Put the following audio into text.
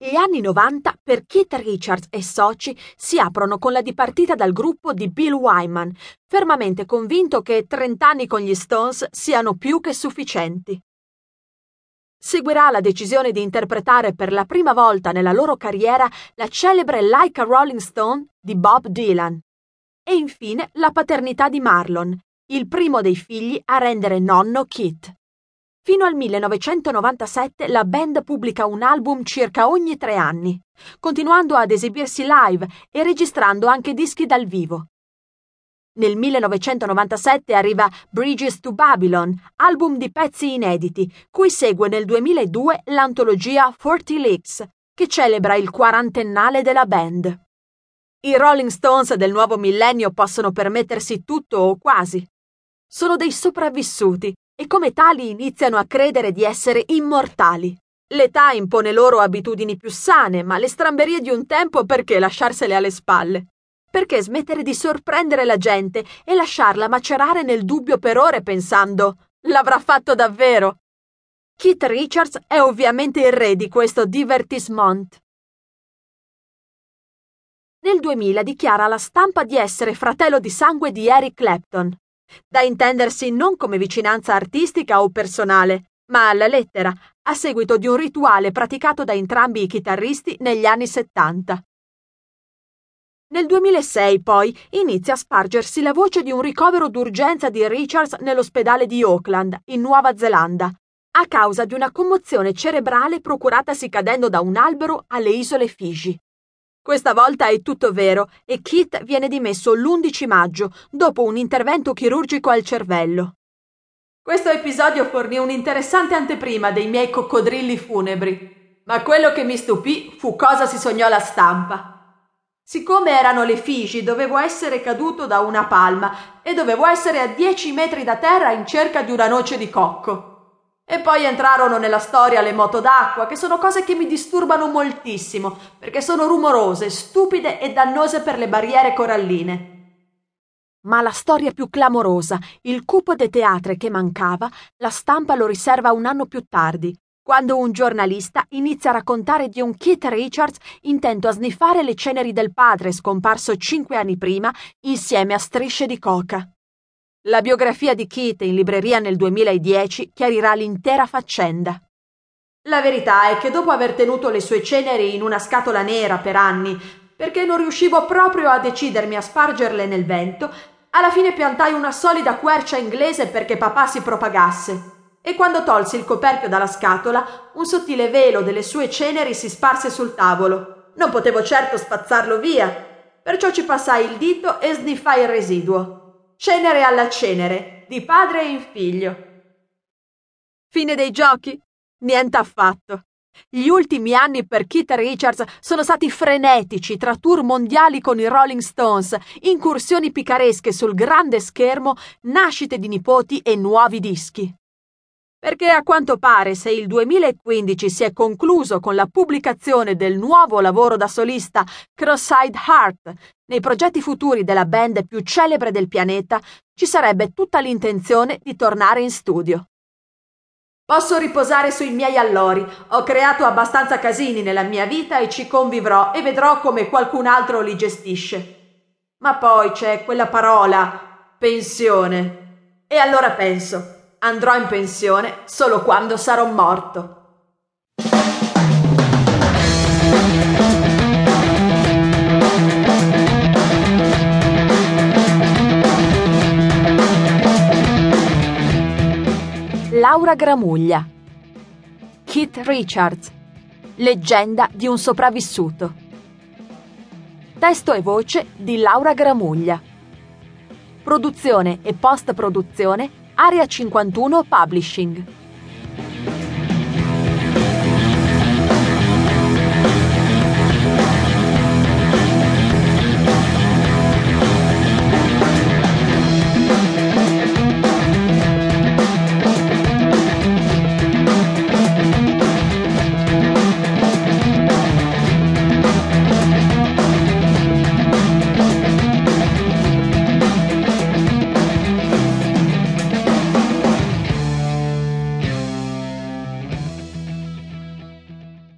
Gli anni 90 per Keith Richards e soci si aprono con la dipartita dal gruppo di Bill Wyman, fermamente convinto che 30 anni con gli Stones siano più che sufficienti. Seguirà la decisione di interpretare per la prima volta nella loro carriera la celebre Like a Rolling Stone di Bob Dylan. E infine la paternità di Marlon, il primo dei figli a rendere nonno Keith. Fino al 1997 la band pubblica un album circa ogni 3 anni, continuando ad esibirsi live e registrando anche dischi dal vivo. Nel 1997 arriva Bridges to Babylon, album di pezzi inediti, cui segue nel 2002 l'antologia 40 Licks, che celebra il quarantennale della band. I Rolling Stones del nuovo millennio possono permettersi tutto o quasi. Sono dei sopravvissuti e come tali iniziano a credere di essere immortali. L'età impone loro abitudini più sane, ma le stramberie di un tempo perché lasciarsele alle spalle? Perché smettere di sorprendere la gente e lasciarla macerare nel dubbio per ore pensando «l'avrà fatto davvero?» Keith Richards è ovviamente il re di questo divertissement. Nel 2000 dichiara alla stampa di essere fratello di sangue di Eric Clapton, da intendersi non come vicinanza artistica o personale, ma alla lettera, a seguito di un rituale praticato da entrambi i chitarristi negli anni 70. Nel 2006, poi, inizia a spargersi la voce di un ricovero d'urgenza di Richards nell'ospedale di Auckland, in Nuova Zelanda, a causa di una commozione cerebrale procuratasi cadendo da un albero alle isole Figi. Questa volta è tutto vero e Keith viene dimesso l'11 maggio dopo un intervento chirurgico al cervello. Questo episodio fornì un'interessante anteprima dei miei coccodrilli funebri, ma quello che mi stupì fu cosa si sognò la stampa. Siccome erano le Figi, dovevo essere caduto da una palma e dovevo essere a 10 metri da terra in cerca di una noce di cocco. E poi entrarono nella storia le moto d'acqua, che sono cose che mi disturbano moltissimo, perché sono rumorose, stupide e dannose per le barriere coralline. Ma la storia più clamorosa, il coup de théâtre che mancava, la stampa lo riserva un anno più tardi, quando un giornalista inizia a raccontare di un Keith Richards intento a sniffare le ceneri del padre scomparso 5 anni prima insieme a strisce di coca. La biografia di Keith in libreria nel 2010 chiarirà l'intera faccenda. La verità è che dopo aver tenuto le sue ceneri in una scatola nera per anni, perché non riuscivo proprio a decidermi a spargerle nel vento, alla fine piantai una solida quercia inglese perché papà si propagasse. E quando tolsi il coperchio dalla scatola, un sottile velo delle sue ceneri si sparse sul tavolo. Non potevo certo spazzarlo via, perciò ci passai il dito e sniffai il residuo. Cenere alla cenere, di padre in figlio. Fine dei giochi? Niente affatto. Gli ultimi anni per Keith Richards sono stati frenetici tra tour mondiali con i Rolling Stones, incursioni picaresche sul grande schermo, nascite di nipoti e nuovi dischi. Perché a quanto pare se il 2015 si è concluso con la pubblicazione del nuovo lavoro da solista Cross-Eyed Heart, nei progetti futuri della band più celebre del pianeta ci sarebbe tutta l'intenzione di tornare in studio. Posso riposare sui miei allori, ho creato abbastanza casini nella mia vita e ci convivrò e vedrò come qualcun altro li gestisce. Ma poi c'è quella parola, pensione. E allora penso, andrò in pensione solo quando sarò morto. Laura Gramuglia. Keith Richards, leggenda di un sopravvissuto. Testo e voce di Laura Gramuglia. Produzione e post-produzione Area 51 Publishing.